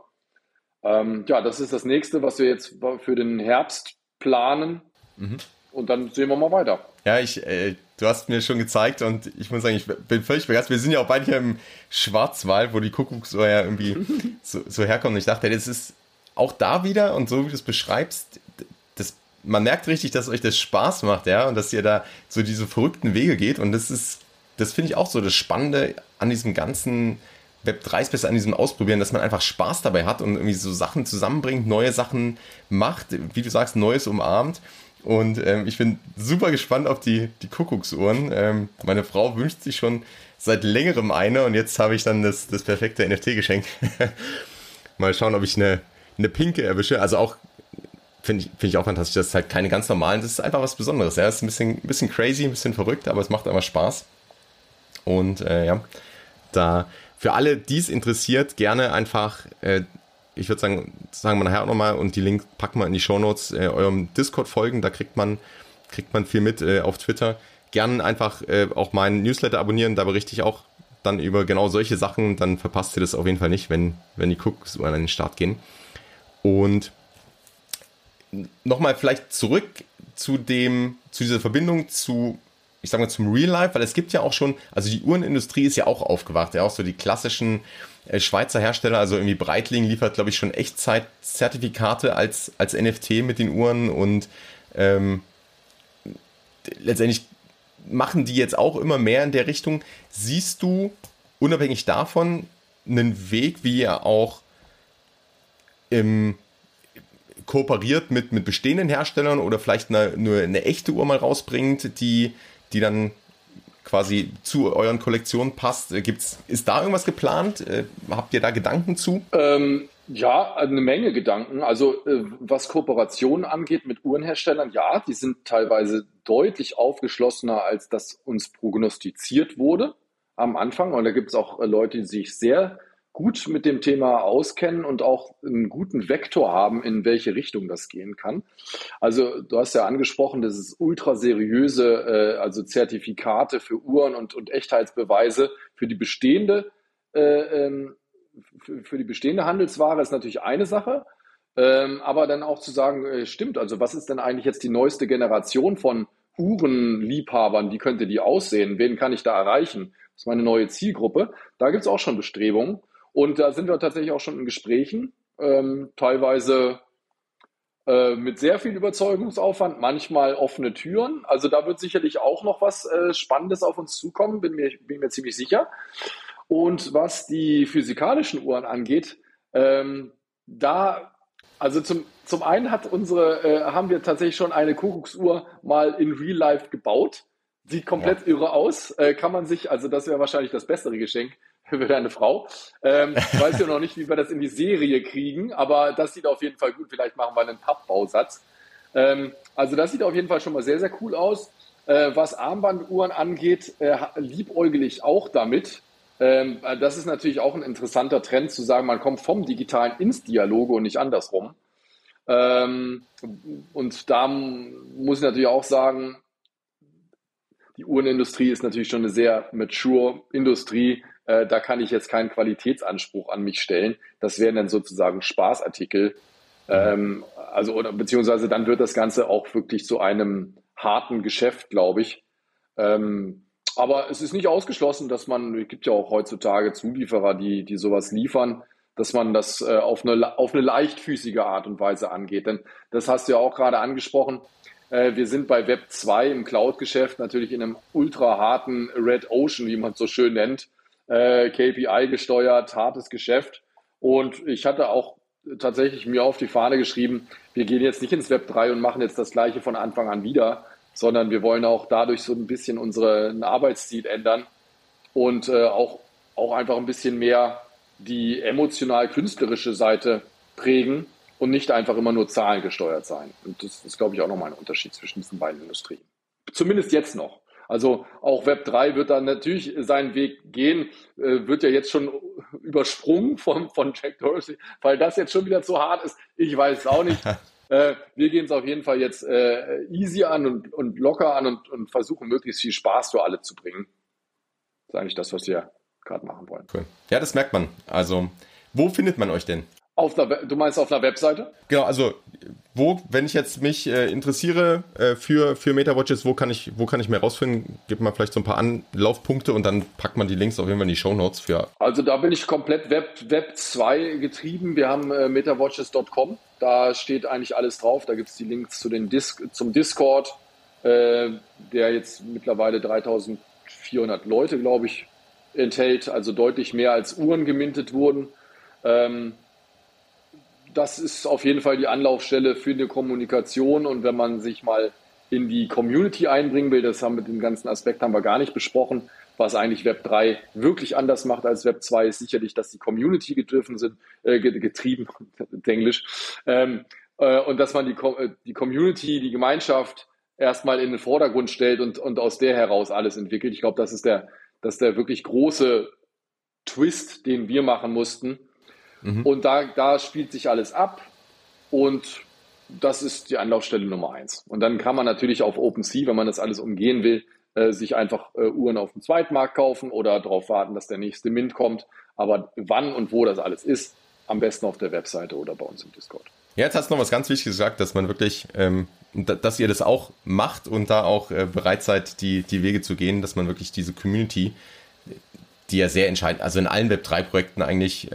Das ist das nächste, was wir jetzt für den Herbst planen. Mhm. Und dann sehen wir mal weiter. Ja, du hast mir schon gezeigt und ich muss sagen, ich bin völlig begeistert. Wir sind ja auch beide hier im Schwarzwald, wo die Kuckucksuhr ja irgendwie so herkommt. Und ich dachte, das ist auch da wieder und so wie du es beschreibst, man merkt richtig, dass euch das Spaß macht, ja, und dass ihr da so diese verrückten Wege geht. Und das finde ich auch so das Spannende an diesem ganzen Web3-Space, an diesem Ausprobieren, dass man einfach Spaß dabei hat und irgendwie so Sachen zusammenbringt, neue Sachen macht, wie du sagst, Neues umarmt. Und ich bin super gespannt auf die Kuckucksuhren. Meine Frau wünscht sich schon seit längerem eine und jetzt habe ich dann das perfekte NFT-Geschenk. Mal schauen, ob ich eine pinke erwische. Also auch finde ich auch fantastisch, das ist halt keine ganz normalen, das ist einfach was Besonderes. Ja, es ist ein bisschen crazy, ein bisschen verrückt, aber es macht einfach Spaß. Und da für alle, die es interessiert, gerne einfach ich würde sagen wir nachher auch nochmal und die Link packen wir in die Shownotes, eurem Discord folgen, da kriegt man viel mit auf Twitter. Gerne einfach auch meinen Newsletter abonnieren, da berichte ich auch dann über genau solche Sachen, dann verpasst ihr das auf jeden Fall nicht, wenn die Kuckucksuhren an den Start gehen. Und nochmal vielleicht zurück zu dieser Verbindung zum Real Life, weil es gibt ja auch schon, also die Uhrenindustrie ist ja auch aufgewacht, ja auch so die klassischen Schweizer Hersteller, also irgendwie Breitling liefert, glaube ich, schon Echtzeit-Zertifikate als NFT mit den Uhren und letztendlich machen die jetzt auch immer mehr in der Richtung. Siehst du, unabhängig davon, einen Weg, wie ihr auch kooperiert mit bestehenden Herstellern oder vielleicht nur eine echte Uhr mal rausbringt, die dann quasi zu euren Kollektionen passt? Ist da irgendwas geplant? Habt ihr da Gedanken zu? Ja, eine Menge Gedanken. Also was Kooperationen angeht mit Uhrenherstellern, ja, die sind teilweise deutlich aufgeschlossener, als das uns prognostiziert wurde am Anfang. Und da gibt es auch Leute, die sich sehr gut mit dem Thema auskennen und auch einen guten Vektor haben, in welche Richtung das gehen kann. Also du hast ja angesprochen, das ist ultra seriöse, also Zertifikate für Uhren und Echtheitsbeweise für die bestehende Handelsware ist natürlich eine Sache, aber dann auch zu sagen, stimmt, also was ist denn eigentlich jetzt die neueste Generation von Uhrenliebhabern, wie könnte die aussehen, wen kann ich da erreichen, das ist meine neue Zielgruppe, da gibt es auch schon Bestrebungen. Und da sind wir tatsächlich auch schon in Gesprächen, teilweise mit sehr viel Überzeugungsaufwand, manchmal offene Türen. Also da wird sicherlich auch noch was Spannendes auf uns zukommen, bin mir ziemlich sicher. Und was die physikalischen Uhren angeht, da Also zum einen haben wir tatsächlich schon eine Kuckucksuhr mal in Real Life gebaut. Sieht komplett irre aus. Kann man sich, also das wäre wahrscheinlich das bessere Geschenk für deine Frau. Weiß ja noch nicht, wie wir das in die Serie kriegen, aber das sieht auf jeden Fall gut. Vielleicht machen wir einen Pappbausatz. Also das sieht auf jeden Fall schon mal sehr, sehr cool aus. Was Armbanduhren angeht, liebäugel ich auch damit. Das ist natürlich auch ein interessanter Trend, zu sagen, man kommt vom Digitalen ins Dialoge und nicht andersrum. Und da muss ich natürlich auch sagen, die Uhrenindustrie ist natürlich schon eine sehr mature Industrie. Da kann ich jetzt keinen Qualitätsanspruch an mich stellen. Das wären dann sozusagen Spaßartikel. Beziehungsweise dann wird das Ganze auch wirklich zu einem harten Geschäft, glaube ich. Aber es ist nicht ausgeschlossen, es gibt ja auch heutzutage Zulieferer, die sowas liefern, dass man das auf eine leichtfüßige Art und Weise angeht. Denn das hast du ja auch gerade angesprochen. Wir sind bei Web 2 im Cloud-Geschäft natürlich in einem ultra harten Red Ocean, wie man es so schön nennt, KPI gesteuert, hartes Geschäft. Und ich hatte auch tatsächlich mir auf die Fahne geschrieben, wir gehen jetzt nicht ins Web 3 und machen jetzt das Gleiche von Anfang an wieder, sondern wir wollen auch dadurch so ein bisschen unseren Arbeitsstil ändern und auch einfach ein bisschen mehr die emotional-künstlerische Seite prägen und nicht einfach immer nur zahlengesteuert sein. Und das ist, glaube ich, auch nochmal ein Unterschied zwischen diesen beiden Industrien. Zumindest jetzt noch. Also auch Web 3 wird dann natürlich seinen Weg gehen, wird ja jetzt schon übersprungen von Jack Dorsey, weil das jetzt schon wieder zu hart ist. Ich weiß es auch nicht. Wir gehen es auf jeden Fall jetzt easy an und locker an und versuchen möglichst viel Spaß für alle zu bringen. Das ist eigentlich das, was wir gerade machen wollen. Cool. Ja, das merkt man. Also, wo findet man euch denn? Du meinst auf einer Webseite? Genau, also wenn ich jetzt mich interessiere für MetaWatches, wo kann ich mehr rausfinden? Gib mal vielleicht so ein paar Anlaufpunkte und dann packt man die Links auf jeden Fall in die Shownotes für. Also da bin ich komplett Web 2 getrieben. Wir haben metawatches.com, da steht eigentlich alles drauf. Da gibt es die Links zum Discord, der jetzt mittlerweile 3400 Leute, glaube ich, enthält. Also deutlich mehr als Uhren gemintet wurden. Das ist auf jeden Fall die Anlaufstelle für eine Kommunikation, und wenn man sich mal in die Community einbringen will, den ganzen Aspekt haben wir gar nicht besprochen, was eigentlich Web 3 wirklich anders macht als Web 2, ist sicherlich, dass die Community getrieben, Englisch, und dass man die Community, die Gemeinschaft erstmal in den Vordergrund stellt und aus der heraus alles entwickelt. Ich glaube, das ist der wirklich große Twist, den wir machen mussten. Und da spielt sich alles ab, und das ist die Anlaufstelle Nummer 1. Und dann kann man natürlich auf OpenSea, wenn man das alles umgehen will, sich einfach Uhren auf dem Zweitmarkt kaufen oder darauf warten, dass der nächste Mint kommt. Aber wann und wo das alles ist, am besten auf der Webseite oder bei uns im Discord. Ja, jetzt hast du noch was ganz Wichtiges gesagt, dass man wirklich, dass ihr das auch macht und da auch bereit seid, die Wege zu gehen, dass man wirklich diese Community, die ja sehr entscheidend, also in allen Web3-Projekten eigentlich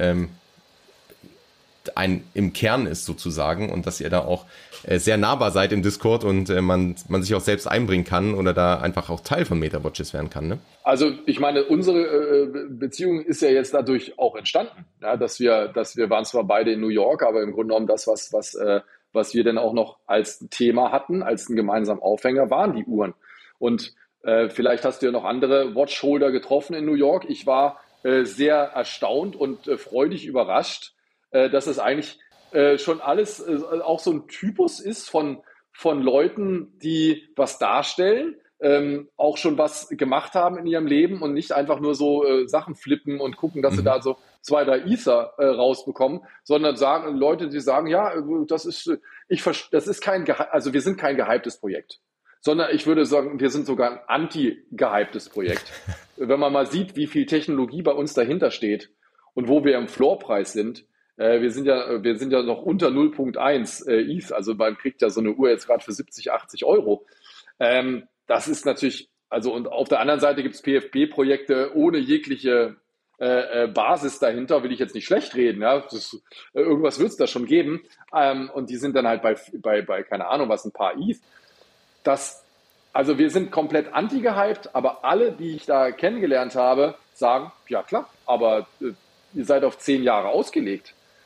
im Kern ist sozusagen, und dass ihr da auch sehr nahbar seid im Discord und man sich auch selbst einbringen kann oder da einfach auch Teil von MetaWatches werden kann, ne? Also ich meine, unsere Beziehung ist ja jetzt dadurch auch entstanden, ja, dass wir waren zwar beide in New York, aber im Grunde genommen das, was wir dann auch noch als Thema hatten, als einen gemeinsamen Aufhänger, waren die Uhren. Und vielleicht hast du ja noch andere Watchholder getroffen in New York. Ich war sehr erstaunt und freudig überrascht, dass es eigentlich schon alles auch so ein Typus ist von Leuten, die was darstellen, auch schon was gemacht haben in ihrem Leben und nicht einfach nur so Sachen flippen und gucken, dass sie da so 2, 3 Ether rausbekommen, sondern Leute, die sagen, ja, das ist also wir sind kein gehyptes Projekt, sondern ich würde sagen, wir sind sogar ein anti-gehyptes Projekt. Wenn man mal sieht, wie viel Technologie bei uns dahinter steht und wo wir im Floorpreis sind. Wir sind ja noch unter 0,1 ETH, also man kriegt ja so eine Uhr jetzt gerade für 70, 80 Euro. Das ist natürlich, also, und auf der anderen Seite gibt es PFP-Projekte ohne jegliche Basis dahinter, will ich jetzt nicht schlecht reden, ja. Irgendwas wird es da schon geben. Und die sind dann halt bei keine Ahnung was, ein paar ETH. Also wir sind komplett anti-gehypt, aber alle, die ich da kennengelernt habe, sagen, ja klar, aber ihr seid auf 10 Jahre ausgelegt.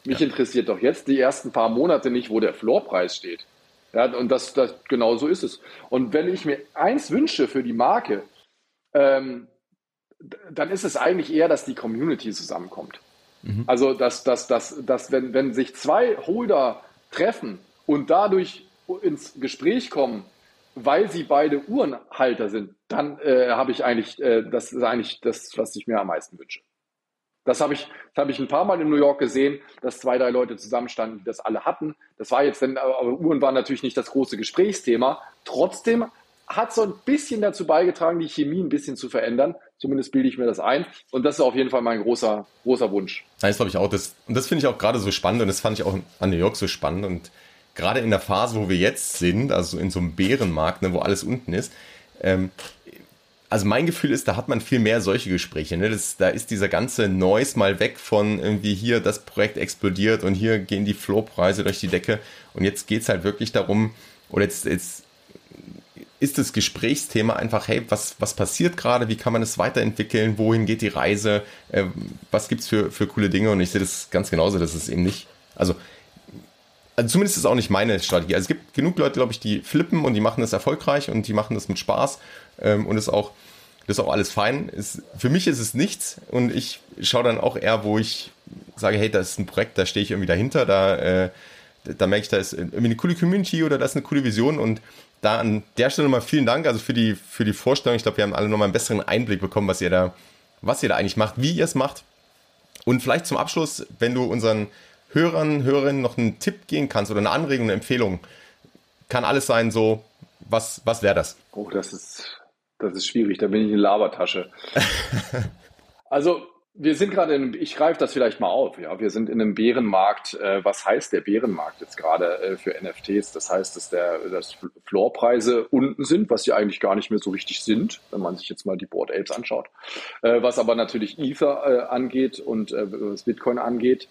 Mich interessiert doch jetzt die ersten paar Monate nicht, wo der Floorpreis steht. Ja, und genau so ist es. Und wenn ich mir eins wünsche für die Marke, dann ist es eigentlich eher, dass die Community zusammenkommt. Also, dass wenn sich zwei Holder treffen und dadurch ins Gespräch kommen, weil sie beide Uhrenhalter sind, dann habe ich eigentlich, das ist eigentlich das, was ich mir am meisten wünsche. Das habe ich ein paar Mal in New York gesehen, dass 2, 3 Leute zusammenstanden, die das alle hatten. Das war jetzt dann, aber Uhren waren natürlich nicht das große Gesprächsthema. Trotzdem hat so ein bisschen dazu beigetragen, die Chemie ein bisschen zu verändern. Zumindest bilde ich mir das ein. Und das ist auf jeden Fall mein großer Wunsch. Das glaube ich auch. Und das finde ich auch gerade so spannend und das fand ich auch an New York so spannend. Und gerade in der Phase, wo wir jetzt sind, also in so einem Bärenmarkt, ne, wo alles unten ist, also mein Gefühl ist, da hat man viel mehr solche Gespräche. Ne? Da ist dieser ganze Noise mal weg von irgendwie hier das Projekt explodiert und hier gehen die Floorpreise durch die Decke. Und jetzt geht es halt wirklich darum, oder jetzt ist das Gesprächsthema einfach, hey, was passiert gerade, wie kann man es weiterentwickeln, wohin geht die Reise, was gibt's für coole Dinge, und ich sehe das ganz genauso, dass es eben nicht, also zumindest ist es auch nicht meine Strategie. Also es gibt genug Leute, glaube ich, die flippen und die machen das erfolgreich und die machen das mit Spaß und das ist auch alles fein. Für mich ist es nichts und ich schaue dann auch eher, wo ich sage, hey, das ist ein Projekt, da stehe ich irgendwie dahinter, da merke ich, da ist irgendwie eine coole Community oder da ist eine coole Vision, und da an der Stelle nochmal vielen Dank, also für die Vorstellung. Ich glaube, wir haben alle nochmal einen besseren Einblick bekommen, was ihr da eigentlich macht, wie ihr es macht. Und vielleicht zum Abschluss, wenn du unseren Hörerinnen noch einen Tipp geben kannst oder eine Anregung, eine Empfehlung, kann alles sein, so, was wäre das? Oh, das ist schwierig, da bin ich eine Labertasche. Also, wir sind gerade ich greife das vielleicht mal auf, ja. Wir sind in einem Bärenmarkt. Was heißt der Bärenmarkt jetzt gerade für NFTs? Das heißt, dass Floorpreise unten sind, was sie eigentlich gar nicht mehr so richtig sind, wenn man sich jetzt mal die Bored Apes anschaut. Was aber natürlich Ether angeht und was Bitcoin angeht.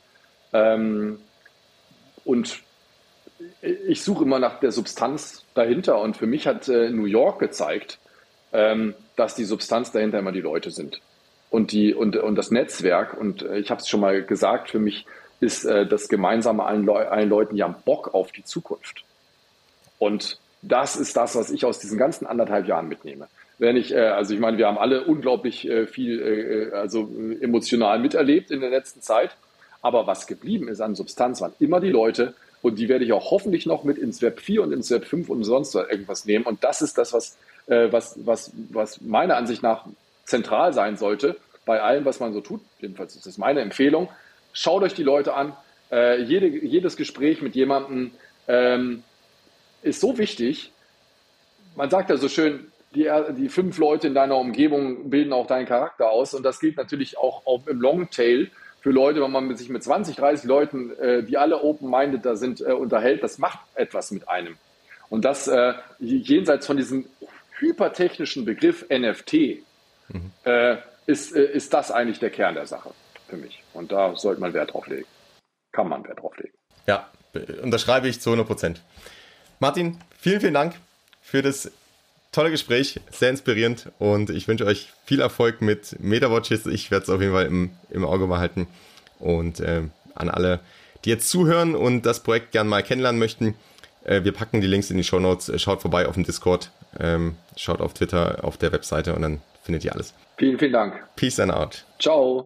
Und ich suche immer nach der Substanz dahinter. Und für mich hat New York gezeigt, dass die Substanz dahinter immer die Leute sind. Und das Netzwerk, und ich habe es schon mal gesagt, für mich ist das Gemeinsame allen Leuten, die haben Bock auf die Zukunft. Und das ist das, was ich aus diesen ganzen 1,5 Jahren mitnehme. Also ich meine, wir haben alle unglaublich viel emotional miterlebt in der letzten Zeit. Aber was geblieben ist an Substanz, waren immer die Leute, und die werde ich auch hoffentlich noch mit ins Web 4 und ins Web 5 und sonst irgendwas nehmen. Und das ist das, was meiner Ansicht nach zentral sein sollte bei allem, was man so tut. Jedenfalls ist das meine Empfehlung. Schaut euch die Leute an. Jedes Gespräch mit jemandem ist so wichtig. Man sagt ja so schön, die 5 Leute in deiner Umgebung bilden auch deinen Charakter aus. Und das gilt natürlich auch im Longtail für Leute, wenn man sich mit 20, 30 Leuten, die alle open-minded da sind, unterhält. Das macht etwas mit einem. Und das jenseits von diesem hypertechnischen Begriff NFT ist das eigentlich der Kern der Sache für mich. Und da sollte man Wert drauf legen. Kann man Wert drauf legen. Ja, unterschreibe ich zu 100%. Martin, vielen, vielen Dank für das tolle Gespräch. Sehr inspirierend und ich wünsche euch viel Erfolg mit MetaWatches. Ich werde es auf jeden Fall im Auge behalten. Und an alle, die jetzt zuhören und das Projekt gerne mal kennenlernen möchten, wir packen die Links in die Shownotes. Schaut vorbei auf dem Discord, schaut auf Twitter, auf der Webseite und dann findet ihr alles. Vielen, vielen Dank. Peace and out. Ciao.